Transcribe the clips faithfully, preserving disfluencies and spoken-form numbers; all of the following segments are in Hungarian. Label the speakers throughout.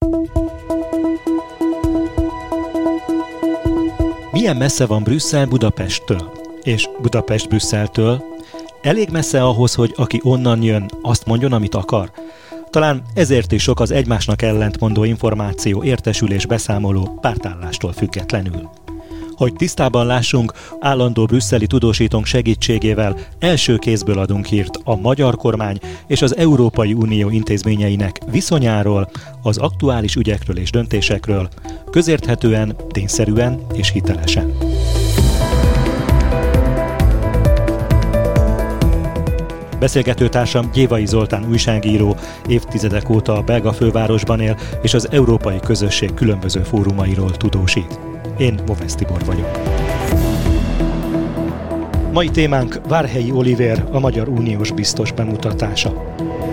Speaker 1: Milyen messze van Brüsszel Budapesttől? És Budapest Brüsszeltől? Elég messze ahhoz, hogy aki onnan jön, azt mondjon, amit akar? Talán ezért is sok az egymásnak ellentmondó információ, értesülés, beszámoló pártállástól függetlenül. Hogy tisztában lássunk, állandó brüsszeli tudósítónk segítségével első kézből adunk hírt a magyar kormány és az Európai Unió intézményeinek viszonyáról, az aktuális ügyekről és döntésekről, közérthetően, tényszerűen és hitelesen. Beszélgetőtársam Gyévai Zoltán újságíró, évtizedek óta a belga fővárosban él, és az európai közösség különböző fórumairól tudósít. Én Movesz Tibor vagyok. Mai témánk Várhelyi Olivér, a Magyar Uniós biztos bemutatása.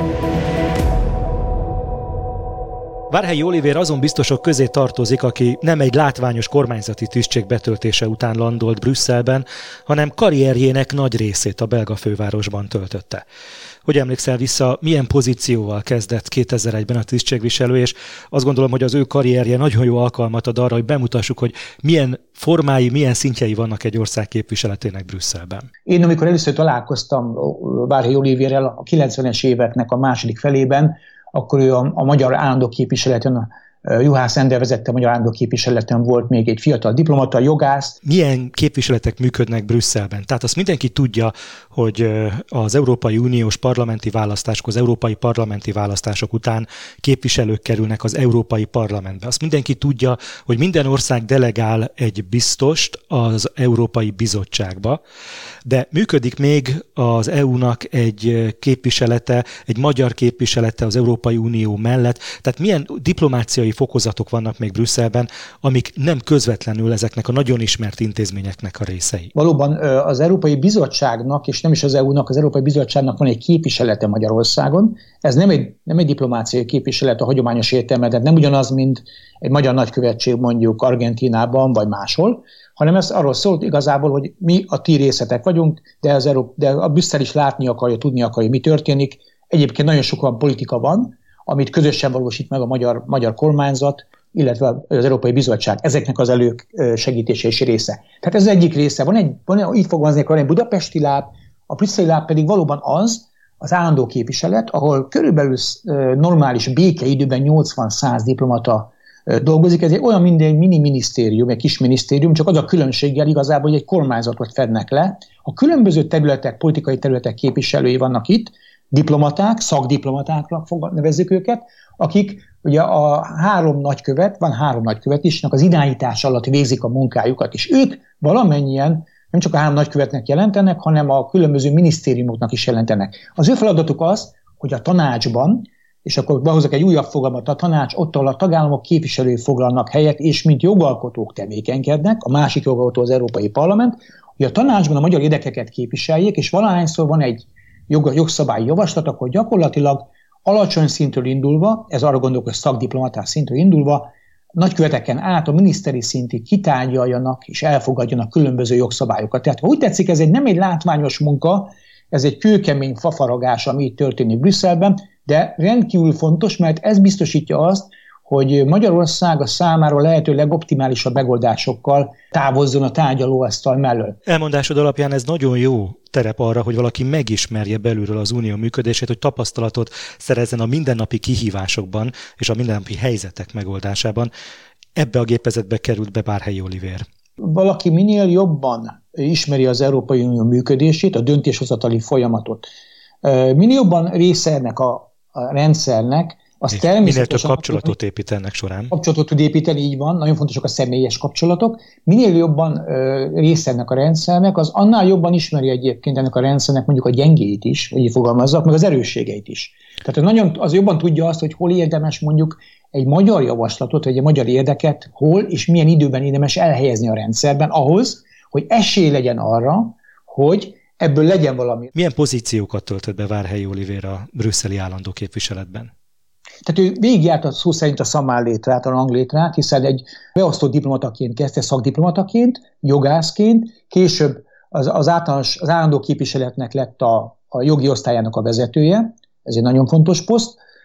Speaker 1: Várhelyi Olivér azon biztosok közé tartozik, aki nem egy látványos kormányzati tisztség betöltése után landolt Brüsszelben, hanem karrierjének nagy részét a belga fővárosban töltötte. Hogy emlékszel vissza, milyen pozícióval kezdett kétezer-egyben a tisztségviselő, és azt gondolom, hogy az ő karrierje nagyon jó alkalmat ad arra, hogy bemutassuk, hogy milyen formái, milyen szintjei vannak egy ország képviseletének Brüsszelben. Én
Speaker 2: amikor először találkoztam Várhelyi Olivérrel a kilencvenes éveknek a második felében, akkor ő a, a magyar állandó képviseleten, a Juhász Ender vezette a magyar állandó képviseleten volt még egy fiatal diplomata, jogász.
Speaker 1: Milyen képviseletek működnek Brüsszelben? Tehát azt mindenki tudja, hogy az Európai Uniós parlamenti választások, az európai parlamenti választások után képviselők kerülnek az Európai Parlamentbe. Azt mindenki tudja, hogy minden ország delegál egy biztost az Európai Bizottságba, de működik még az é u-nak egy képviselete, egy magyar képviselete az Európai Unió mellett. Tehát milyen diplomáciai fokozatok vannak még Brüsszelben, amik nem közvetlenül ezeknek a nagyon ismert intézményeknek a részei?
Speaker 2: Valóban az Európai Bizottságnak, és nem is az é u-nak, az Európai Bizottságnak van egy képviselete Magyarországon. Ez nem egy, nem egy diplomáciai képviselet a hagyományos értelemben, tehát nem ugyanaz, mint egy magyar nagykövetség mondjuk Argentínában vagy máshol, hanem ez arról szólt igazából, hogy mi a ti részletek vagyunk, de, az Európa, de a Brüsszel is látni akarja, tudni akarja, mi történik. Egyébként nagyon sok olyan politika van, amit közösen valósít meg a magyar, magyar kormányzat, illetve az Európai Bizottság. Ezeknek az elősegítése és része. Tehát ez az egyik része. Van egy, van, így fogalmazni, van egy budapesti láb, a brüsszeli láb pedig valóban az, az állandó képviselet, ahol körülbelül normális békeidőben nyolcvan-száz diplomata dolgozik. Ez egy olyan, mint egy mini-minisztérium, egy kis minisztérium, csak az a különbséggel igazából, hogy egy kormányzatot fednek le. A különböző területek, politikai területek képviselői vannak itt, diplomaták, szakdiplomatákra nevezzük őket, akik ugye a három nagykövet, van három nagykövet is, az irányítás alatt végzik a munkájukat, és ők valamennyien nem csak a három nagykövetnek jelentenek, hanem a különböző minisztériumoknak is jelentenek. Az ő feladatuk az, hogy a tanácsban, és akkor behozok egy újabb fogalmat, a tanács, ott, ahol a tagállamok képviselői foglalnak helyet, és mint jogalkotók tevékenykednek, a másik jogalkotó az Európai Parlament, hogy a tanácsban a magyar érdekeket képviseljék, és valahányszor van egy jog, jogszabályi javaslat, akkor gyakorlatilag alacsony szintről indulva, ez arra gondolok, hogy szakdiplomatás szintről indulva, nagyköveteken át a miniszteri szintig kitárgyaljanak és elfogadjanak különböző jogszabályokat. Tehát ha úgy tetszik, ez egy nem egy látványos munka, ez egy kőkemény fafaragás, ami itt történik Brüsszelben, de rendkívül fontos, mert ez biztosítja azt, hogy Magyarország a számára lehető legoptimálisabb megoldásokkal távozzon a tárgyalóasztal mellől.
Speaker 1: Elmondásod alapján ez nagyon jó terep arra, hogy valaki megismerje belülről az unió működését, hogy tapasztalatot szerezzen a mindennapi kihívásokban és a mindennapi helyzetek megoldásában. Ebbe a gépezetbe került be Várhelyi Olivér.
Speaker 2: Valaki minél jobban ismeri az Európai Unió működését, a döntéshozatali folyamatot, minél jobban része ennek a, a rendszernek, az
Speaker 1: minél több kapcsolatot épít ennek során.
Speaker 2: Kapcsolatot tud építeni, így van, nagyon fontosak a személyes kapcsolatok. Minél jobban ö, része ennek a rendszernek, az annál jobban ismeri egyébként ennek a rendszernek mondjuk a gyengéit is, hogy így fogalmazzak, meg az erősségeit is. Tehát nagyon, az jobban tudja azt, hogy hol érdemes mondjuk egy magyar javaslatot, vagy egy magyar érdeket, hol és milyen időben érdemes elhelyezni a rendszerben ahhoz, hogy esély legyen arra, hogy ebből legyen valami.
Speaker 1: Milyen pozíciókat töltött be Várhelyi Olivér a brüsszeli állandó képviseletben?
Speaker 2: Tehát ő végigjárt a szó szerint a szamár létrát, a ranglétrát, hiszen egy beosztott diplomataként kezdte, szakdiplomataként, jogászként, később az, az, általános, az állandó képviseletnek lett a, a jogi osztályának a vezetője, ez egy nagyon fontos poszt,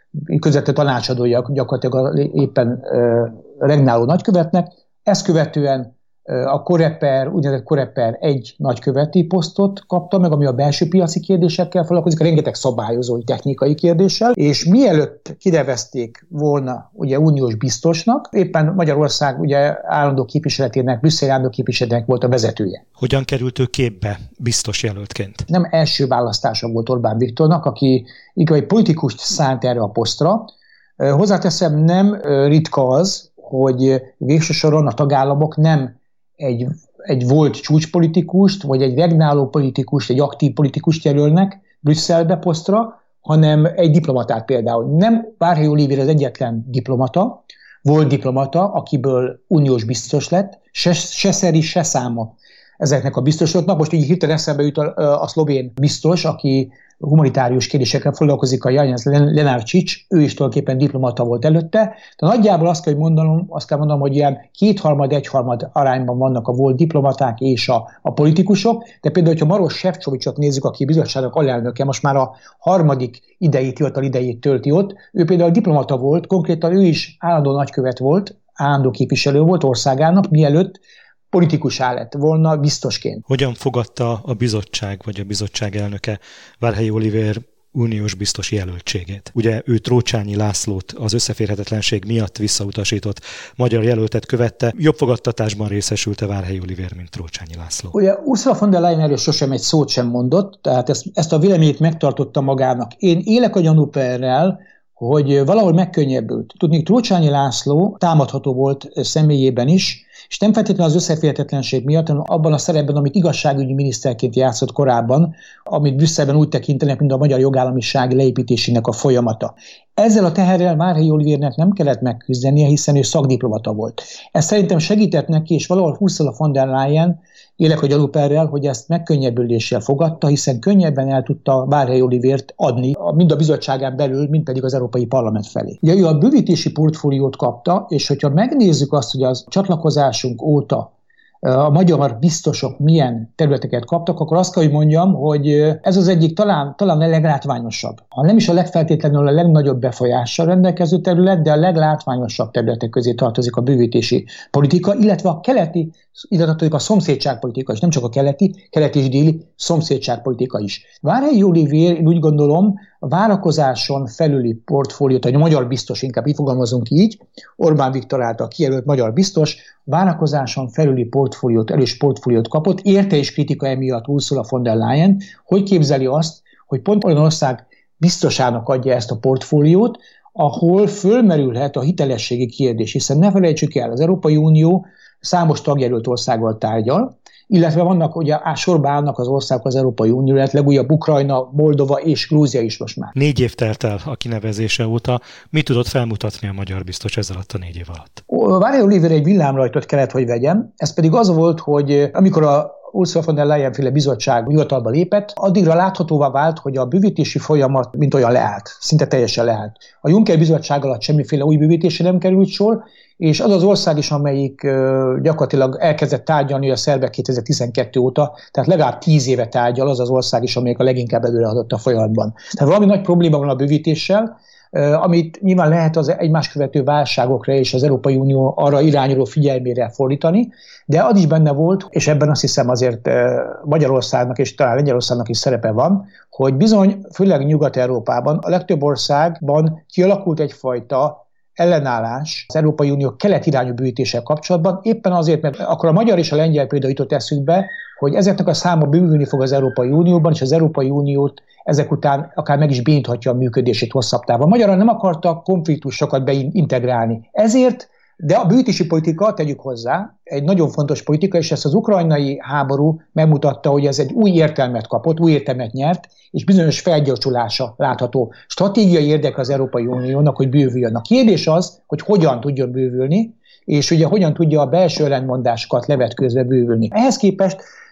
Speaker 2: közvetlen tanácsadója gyakorlatilag éppen regnáló nagykövetnek. Ezt követően a Coreper, úgynevezett Coreper egy nagyköveti posztot kapta meg, ami a belső piaci kérdésekkel foglalkozik, rengeteg szabályozói technikai kérdéssel, és mielőtt kinevezték volna ugye uniós biztosnak, éppen Magyarország ugye állandó képviseletének, brüsszeli állandó képviseletének volt a vezetője.
Speaker 1: Hogyan került ő képbe biztos jelöltként?
Speaker 2: Nem első választása volt Orbán Viktornak, aki igazi politikust szánt erre a posztra. Hozzáteszem, nem ritka az, hogy végső soron a tagállamok nem egy, egy volt csúcspolitikust, vagy egy regnáló politikust, egy aktív politikust jelölnek Brüsszelbe posztra, hanem egy diplomatát például. Nem Várhelyi Olivér az egyetlen diplomata, volt diplomata, akiből uniós biztos lett, se, se szeri, se száma ezeknek a biztosoknak. Most így hirtelen eszembe jut a, a szlovén biztos, aki humanitárius kérdésekkel foglalkozik, a Janez Lenárcsics, ő is tulajdonképpen diplomata volt előtte. De nagyjából azt kell mondanom, azt kell mondanom, hogy ilyen kétharmad, egyharmad arányban vannak a volt diplomaták és a, a politikusok, de például, hogyha Maros Sefcovicsot nézzük, aki bizottságnak alelnöke, most már a harmadik idejét, hivatal idejét tölti ott, ő például diplomata volt, konkrétan ő is állandó nagykövet volt, állandó képviselő volt országának, mielőtt politikussá lett volna biztosként.
Speaker 1: Hogyan fogadta a bizottság, vagy a bizottság elnöke Várhelyi Olivér uniós biztos jelöltségét? Ugye ő Trócsányi Lászlót az összeférhetetlenség miatt visszautasított magyar jelöltet követte. Jobb fogadtatásban részesült-e Várhelyi Olivér, mint Trócsányi László?
Speaker 2: Ugye Ursula von der Leyen erről sosem egy szót sem mondott, tehát ezt, ezt a véleményét megtartotta magának. Én élek a gyanúperrel, hogy valahol megkönnyebbült. Tudni, Trócsányi László támadható volt személyében is, és nem feltétlenül az összeférhetetlenség miatt, hanem abban a szerepben, amit igazságügyi miniszterként játszott korábban, amit Brüsszelben úgy tekintenek, mint a magyar jogállamiság leépítésének a folyamata. Ezzel a teherrel Várhelyi Olivérnek nem kellett megküzdenie, hiszen ő szakdiplomata volt. Ez szerintem segített neki, és valahol Ursula von der Leyen, élek a gyanúperrel, hogy ezt megkönnyebbüléssel fogadta, hiszen könnyebben el tudta Várhelyi Olivért adni, mind a bizottságán belül, mind pedig az Európai Parlament felé. Ugye ő a bővítési portfóliót kapta, és hogyha megnézzük azt, hogy az csatlakozásunk óta a magyar biztosok milyen területeket kaptak, akkor azt kell, hogy mondjam, hogy ez az egyik talán, talán a leglátványosabb. Ha nem is a legfeltétlenül a legnagyobb befolyással rendelkező terület, de a leglátványosabb területek közé tartozik a bővítési politika, illetve a keleti, ide tartozik a szomszédságpolitika is, nem csak a keleti, keleti és déli szomszédságpolitika is. Várhelyi Olivér, én úgy gondolom, a várakozáson felüli portfóliót, a magyar biztos, inkább így fogalmazunk így, Orbán Viktor által kijelölt magyar biztos, várakozáson felüli portfóliót, erős portfóliót kapott, érte és kritika emiatt Ursula von der Leyen, hogy képzeli azt, hogy pont olyan ország biztosának adja ezt a portfóliót, ahol fölmerülhet a hitelességi kérdés, hiszen ne felejtsük el, az Európai Unió számos tagjelölt országgal tárgyal, illetve vannak, ugye sorba állnak az országok az Európai Unió, illetve legújabb Ukrajna, Moldova és Grúzia is most már.
Speaker 1: Négy év telt el a kinevezése óta. Mit tudott felmutatni a magyar biztos ez alatt a négy év alatt?
Speaker 2: Várhelyi Olivér egy villámrajtot kellett, hogy vegyem. Ez pedig az volt, hogy amikor a Ursula von der Leyen féle bizottság hivatalba lépett, addigra láthatóvá vált, hogy a bővítési folyamat mint olyan leállt, szinte teljesen leállt. A Juncker bizottság alatt semmiféle új bővítésre nem került sor, és az az ország is, amelyik uh, gyakorlatilag elkezdett tárgyalni a szerbek kétezer-tizenkettő óta, tehát legalább tíz éve tárgyal, az az ország is, amelyik a leginkább előreadott a folyamatban. Tehát valami nagy probléma van a bővítéssel, uh, amit nyilván lehet az egymás követő válságokra és az Európai Unió arra irányuló figyelmére fordítani, de az is benne volt, és ebben azt hiszem azért uh, Magyarországnak és talán Lengyelországnak is szerepe van, hogy bizony, főleg Nyugat-Európában, a legtöbb országban kialakult egyfajta ellenállás az Európai Unió kelet-irányú bővítéssel kapcsolatban, éppen azért, mert akkor a magyar és a lengyel példa jutott eszükbe, hogy ezeknek a száma bővülni fog az Európai Unióban, és az Európai Uniót ezek után akár meg is béníthatja a működését hosszabb távon. Magyarul nem akartak konfliktusokat beintegrálni. Ezért, de a bővítési politika, tegyük hozzá, egy nagyon fontos politika, és ezt az ukrajnai háború megmutatta, hogy ez egy új értelmet kapott, új értelmet nyert, és bizonyos felgyorsulása látható. Stratégiai érdek az Európai Uniónak, hogy bővüljön. A kérdés az, hogy hogyan tudjon bővülni, és ugye hogyan tudja a belső ellentmondásokat levetkőzve bővülni. Ehhez képest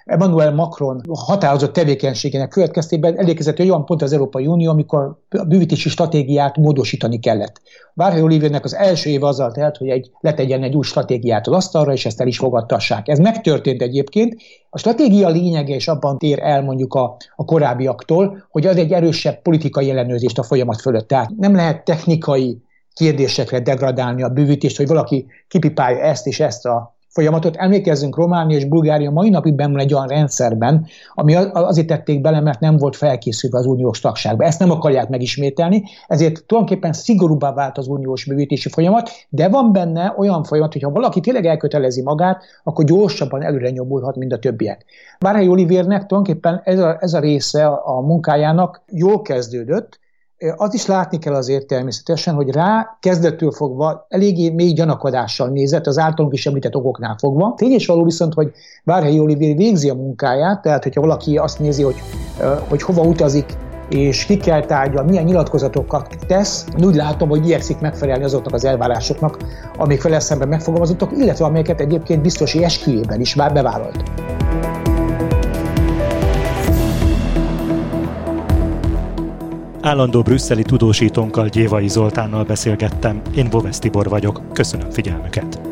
Speaker 2: Emmanuel Macron határozott tevékenységének következtében elérkezett olyan pont az Európai Unió, amikor a bővítési stratégiát módosítani kellett. Várhelyi Olivérnek az első éve azzal telt, hogy egy, letegyen egy új stratégiát az asztalra, és ezt el is fogadtassák. Ez megtörtént egyébként. A stratégia lényege és abban tér el mondjuk a, a korábbiaktól, hogy az egy erősebb politikai ellenőrzést a folyamat fölött. Tehát nem lehet technikai kérdésekre degradálni a bővítést, hogy valaki kipipálja ezt és ezt a folyamatot. Emlékezzünk, Románia és Bulgária mai napig benn van egy olyan rendszerben, ami azért tették bele, mert nem volt felkészülve az uniós tagságba. Ezt nem akarják megismételni, ezért tulajdonképpen szigorúbbá vált az uniós bővítési folyamat, de van benne olyan folyamat, hogy ha valaki tényleg elkötelezi magát, akkor gyorsabban előre nyomulhat, mint a többiek. Várhelyi Olivérnek tulajdonképpen ez a, ez a része a munkájának jól kezdődött. Az is látni kell azért természetesen, hogy rá kezdettől fogva eléggé mély gyanakodással nézett, az általunk is említett okoknál fogva. Tény és való viszont, hogy Várhelyi Olivér végzi a munkáját, tehát hogyha valaki azt nézi, hogy, hogy hova utazik, és ki kell tárgyal, milyen nyilatkozatokat tesz, úgy látom, hogy igyekszik megfelelni azoknak az elvárásoknak, amik vele szemben megfogalmazottak, illetve amelyeket egyébként biztosi esküjében is már bevállalt.
Speaker 1: Állandó brüsszeli tudósítónkkal, Gyévai Zoltánnal beszélgettem, én Bovesz Tibor vagyok, köszönöm figyelmüket!